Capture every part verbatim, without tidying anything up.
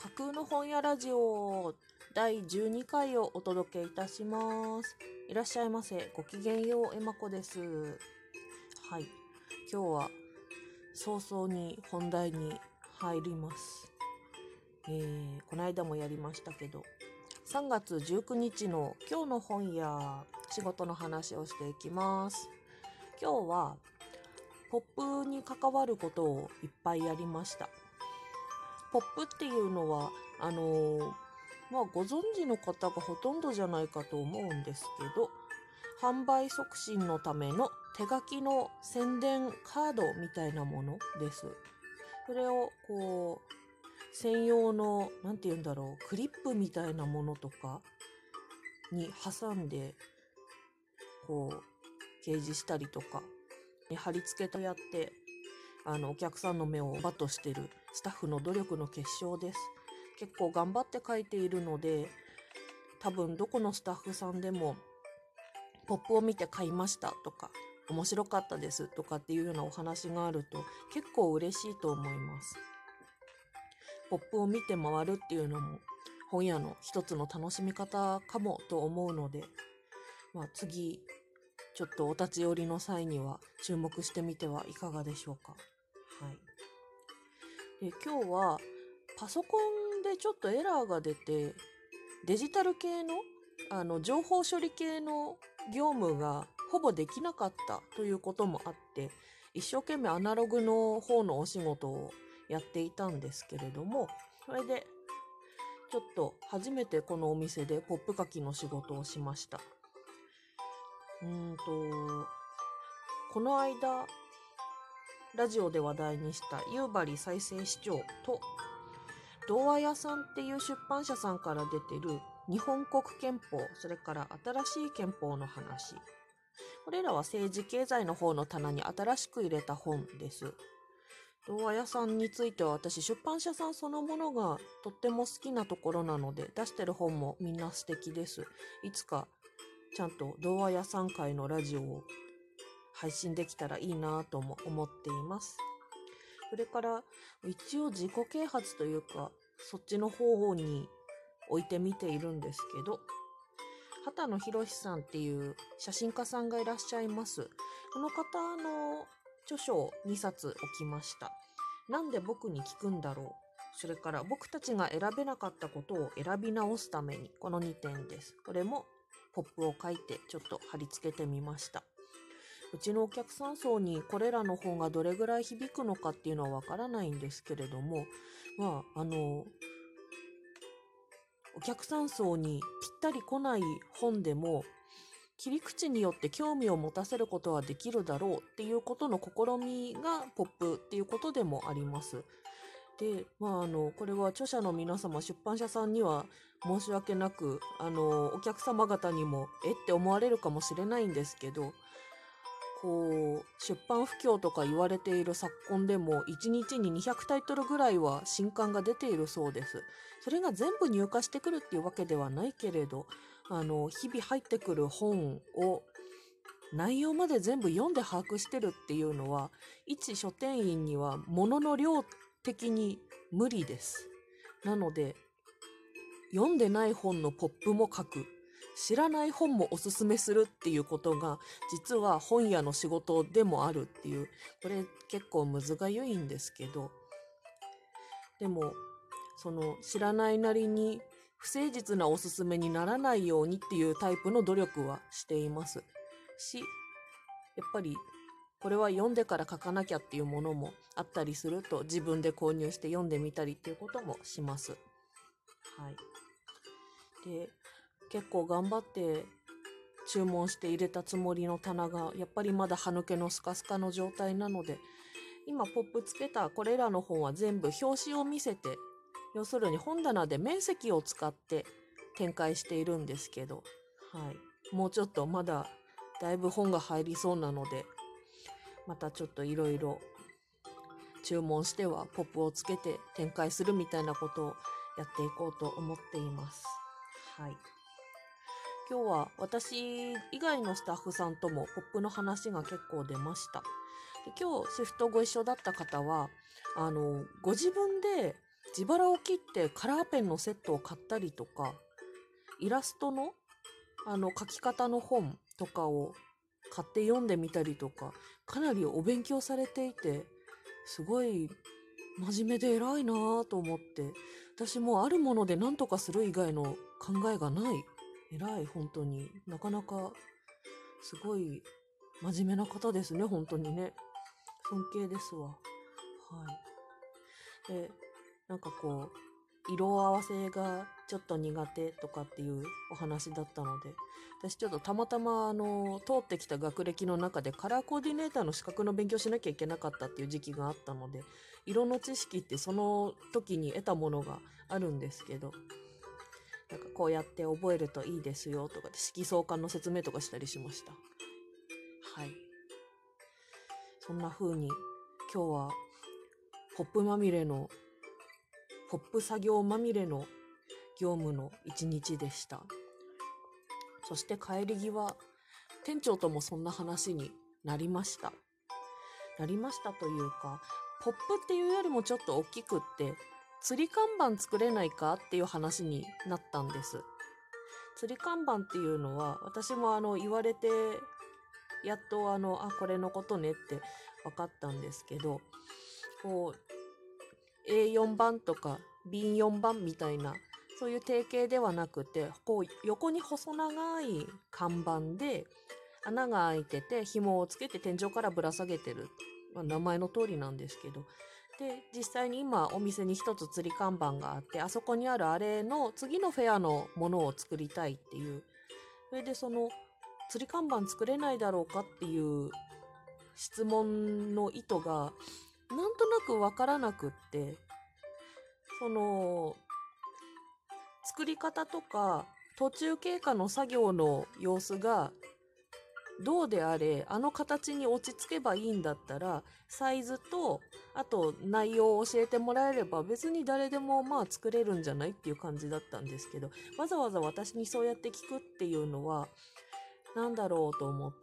架空の本屋ラジオだいじゅうにかいをお届けいたします。いらっしゃいませ。ごきげんよう、えまこです。はい、今日は早々に本題に入ります。えー、この間もやりましたけど、さんがつじゅうくにちの今日の本屋仕事の話をしていきます。今日はポップに関わることをいっぱいやりました。ポップっていうのはあのー、まあご存知の方がほとんどじゃないかと思うんですけど、販売促進のための手書きの宣伝カードみたいなものです。それをこう専用のなんて言うんだろうクリップみたいなものとかに挟んでこう掲示したりとか貼り付けとやってあのお客さんの目をバッとしてるスタッフの努力の結晶です。結構頑張って書いているので、多分どこのスタッフさんでもポップを見て買いましたとか面白かったですとかっていうようなお話があると結構嬉しいと思います。ポップを見て回るっていうのも本屋の一つの楽しみ方かもと思うので、まあ、次ちょっとお立ち寄りの際には注目してみてはいかがでしょうか。はい、で今日はパソコンでちょっとエラーが出て、デジタル系のあの情報処理系の業務がほぼできなかったということもあって、一生懸命アナログの方のお仕事をやっていたんですけれども、それでちょっと初めてこのお店でポップ書きの仕事をしました。うーんとこの間ラジオで話題にした夕張再生市長と童話屋さんっていう出版社さんから出てる日本国憲法、それから新しい憲法の話、これらは政治経済の方の棚に新しく入れた本です。童話屋さんについては私出版社さんそのものがとっても好きなところなので、出してる本もみんな素敵です。いつかちゃんと童話屋さん会のラジオを配信できたらいいなとも思っています。それから一応自己啓発というかそっちの方に置いてみているんですけど、畑野博さんっていう写真家さんがいらっしゃいます。この方の著書をにさつ置きました。なんで僕に聞くんだろう、それから僕たちが選べなかったことを選び直すために、このにてんです。これもポップを書いてちょっと貼り付けてみました。うちのお客さん層にこれらの本がどれぐらい響くのかっていうのはわからないんですけれども、まああのお客さん層にぴったり来ない本でも切り口によって興味を持たせることはできるだろうっていうことの試みがポップっていうことでもあります。で、まああのこれは著者の皆様、出版社さんには申し訳なく、あのお客様方にもえって思われるかもしれないんですけど、こう出版不況とか言われている昨今でもいちにちににひゃくタイトルぐらいは新刊が出ているそうです。それが全部入荷してくるっていうわけではないけれど、あの日々入ってくる本を内容まで全部読んで把握してるっていうのは一書店員には物の量的に無理です。なので読んでない本のポップも書く、知らない本もおすすめするっていうことが実は本屋の仕事でもあるっていう、これ結構むずがゆいんですけど、でもその知らないなりに不誠実なおすすめにならないようにっていうタイプの努力はしていますし、やっぱりこれは読んでから書かなきゃっていうものもあったりすると自分で購入して読んでみたりっていうこともします。はい。で結構頑張って注文して入れたつもりの棚がやっぱりまだ歯抜けのスカスカの状態なので、今ポップつけたこれらの本は全部表紙を見せて、要するに本棚で面積を使って展開しているんですけど、はい、もうちょっとまだだいぶ本が入りそうなので、またちょっといろいろ注文してはポップをつけて展開するみたいなことをやっていこうと思っています。はい。今日は私以外のスタッフさんともポップの話が結構出ました。で今日シフトご一緒だった方はあのご自分で自腹を切ってカラーペンのセットを買ったりとか、イラストのあの描き方の本とかを買って読んでみたりとか、かなりお勉強されていて、すごい真面目で偉いなぁと思って、私もあるもので何とかする以外の考えがない。偉い、本当に。なかなかすごい真面目な方ですね、本当にね。尊敬ですわ。はい。で、なんかこう、色合わせがちょっと苦手とかっていうお話だったので、私ちょっとたまたまあの通ってきた学歴の中でカラーコーディネーターの資格の勉強しなきゃいけなかったっていう時期があったので、色の知識ってその時に得たものがあるんですけど、なんかこうやって覚えるといいですよとかで色相関の説明とかしたりしました。はい。そんな風に今日はポップまみれのポップ作業まみれの業務の一日でした。そして帰り際、店長ともそんな話になりました。なりましたというか、ポップっていうよりもちょっと大きくって、釣り看板作れないかっていう話になったんです。釣り看板っていうのは、私もあの言われて、やっとあの、あ、これのことねって分かったんですけど、こう、エーよん 番とか ビーよん 番みたいな、そういう定型ではなくて、こう横に細長い看板で穴が開いてて紐をつけて天井からぶら下げてる、まあ、名前の通りなんですけど、で実際に今お店に一つ釣り看板があって、あそこにあるあれの次のフェアのものを作りたいっていう、それでその釣り看板作れないだろうかっていう質問の意図がなんとなくわからなくって、その作り方とか途中経過の作業の様子がどうであれあの形に落ち着けばいいんだったら、サイズとあと内容を教えてもらえれば別に誰でもまあ作れるんじゃないっていう感じだったんですけど、わざわざ私にそうやって聞くっていうのはなんだろうと思って、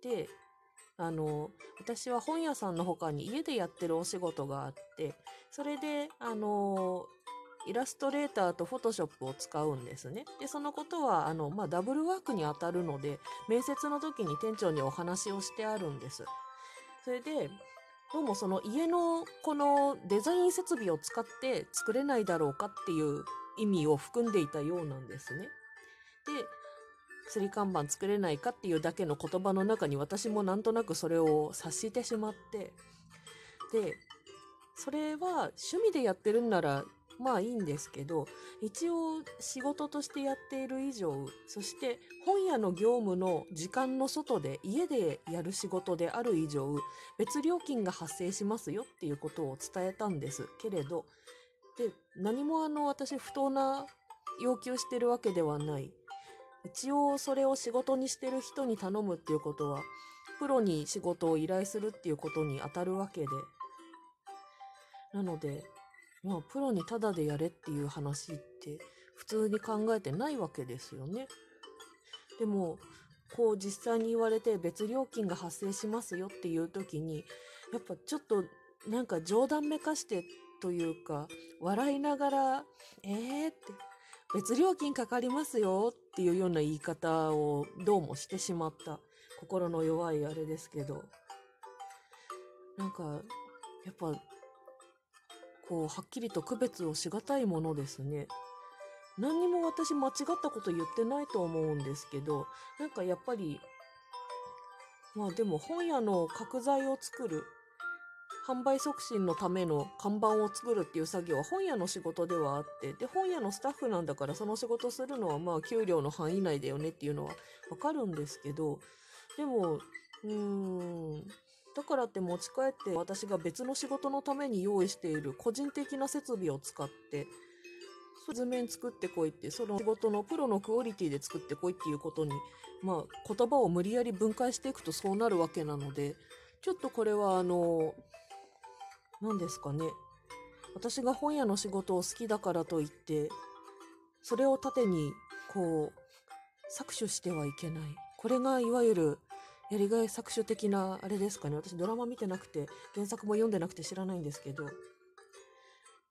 であの私は本屋さんの他に家でやってるお仕事があって、それであのイラストレーターとフォトショップを使うんですね。でそのことはあの、まあ、ダブルワークに当たるので、面接の時に店長にお話をしてあるんです。それでどうもその家のこのデザイン設備を使って作れないだろうかっていう意味を含んでいたようなんですね。で釣り看板作れないかっていうだけの言葉の中に私もなんとなくそれを察してしまって、でそれは趣味でやってるんならまあいいんですけど、一応仕事としてやっている以上、そして本屋の業務の時間の外で家でやる仕事である以上、別料金が発生しますよっていうことを伝えたんですけれど、で何もあの私不当な要求してるわけではない。一応それを仕事にしてる人に頼むっていうことはプロに仕事を依頼するっていうことに当たるわけで、なのでまあプロにタダでやれっていう話って普通に考えてないわけですよね。でもこう実際に言われて別料金が発生しますよっていう時に、やっぱちょっとなんか冗談めかしてというか笑いながらえーって別料金かかりますよっていうような言い方をどうもしてしまった、心の弱いあれですけど、なんかやっぱこうはっきりと区別をしがたいものですね。何にも私間違ったこと言ってないと思うんですけど、なんかやっぱりまあでも本屋の角材を作る、販売促進のための看板を作るっていう作業は本屋の仕事ではあって、で本屋のスタッフなんだからその仕事するのはまあ給料の範囲内だよねっていうのはわかるんですけど、でもうーんだからって持ち帰って私が別の仕事のために用意している個人的な設備を使って図面作ってこいって、その仕事のプロのクオリティで作ってこいっていうことに、まあ言葉を無理やり分解していくとそうなるわけなので、ちょっとこれはあの何ですかね、私が本屋の仕事を好きだからといってそれを盾にこう搾取してはいけない、これがいわゆるやりがい搾取的なあれですかね。私ドラマ見てなくて原作も読んでなくて知らないんですけど、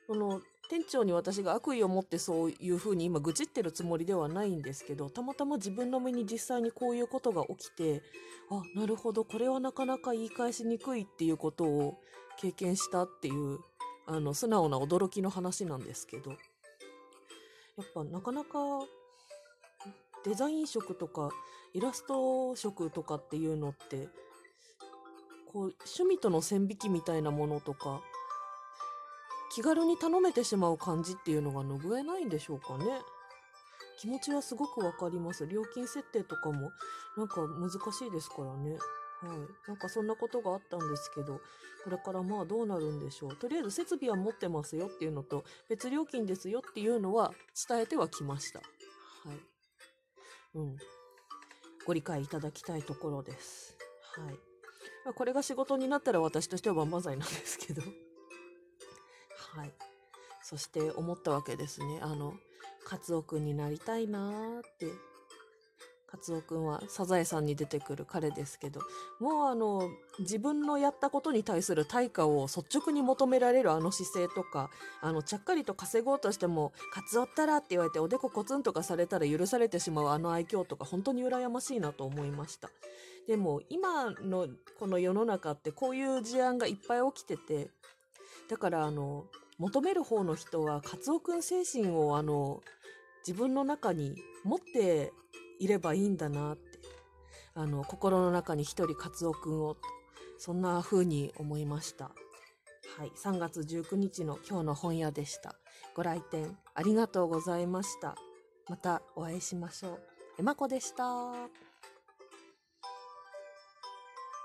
その店長に私が悪意を持ってそういうふうに今愚痴ってるつもりではないんですけど、たまたま自分の身に実際にこういうことが起きて、あ、なるほど、これはなかなか言い返しにくいっていうことを経験したっていう、あの素直な驚きの話なんですけど、やっぱなかなかデザイン職とかイラスト職とかっていうのってこう趣味との線引きみたいなものとか気軽に頼めてしまう感じっていうのが拭えないんでしょうかね。気持ちはすごくわかります。料金設定とかもなんか難しいですからね。はい。なんかそんなことがあったんですけど、これからまあどうなるんでしょう。とりあえず設備は持ってますよっていうのと、別料金ですよっていうのは伝えてはきました。はい。うん。ご理解いただきたいところです。はい。まあ、これが仕事になったら私としては万々歳なんですけど。はい。そして思ったわけですね。あの、カツオくんになりたいなーって。カツオくんはサザエさんに出てくる彼ですけど、もうあの、自分のやったことに対する対価を率直に求められるあの姿勢とか、あの、ちゃっかりと稼ごうとしても、カツオったらって言われておでこコツンとかされたら許されてしまうあの愛嬌とか、本当に羨ましいなと思いました。でも、今のこの世の中ってこういう事案がいっぱい起きてて、だからあの、求める方の人は、カツオくん精神をあの、自分の中に持っていればいいんだなって、あの、心の中に一人カツオくんを、そんな風に思いました。はい、さんがつじゅうくにちの今日の本屋でした。ご来店ありがとうございました。またお会いしましょう。えまこでした。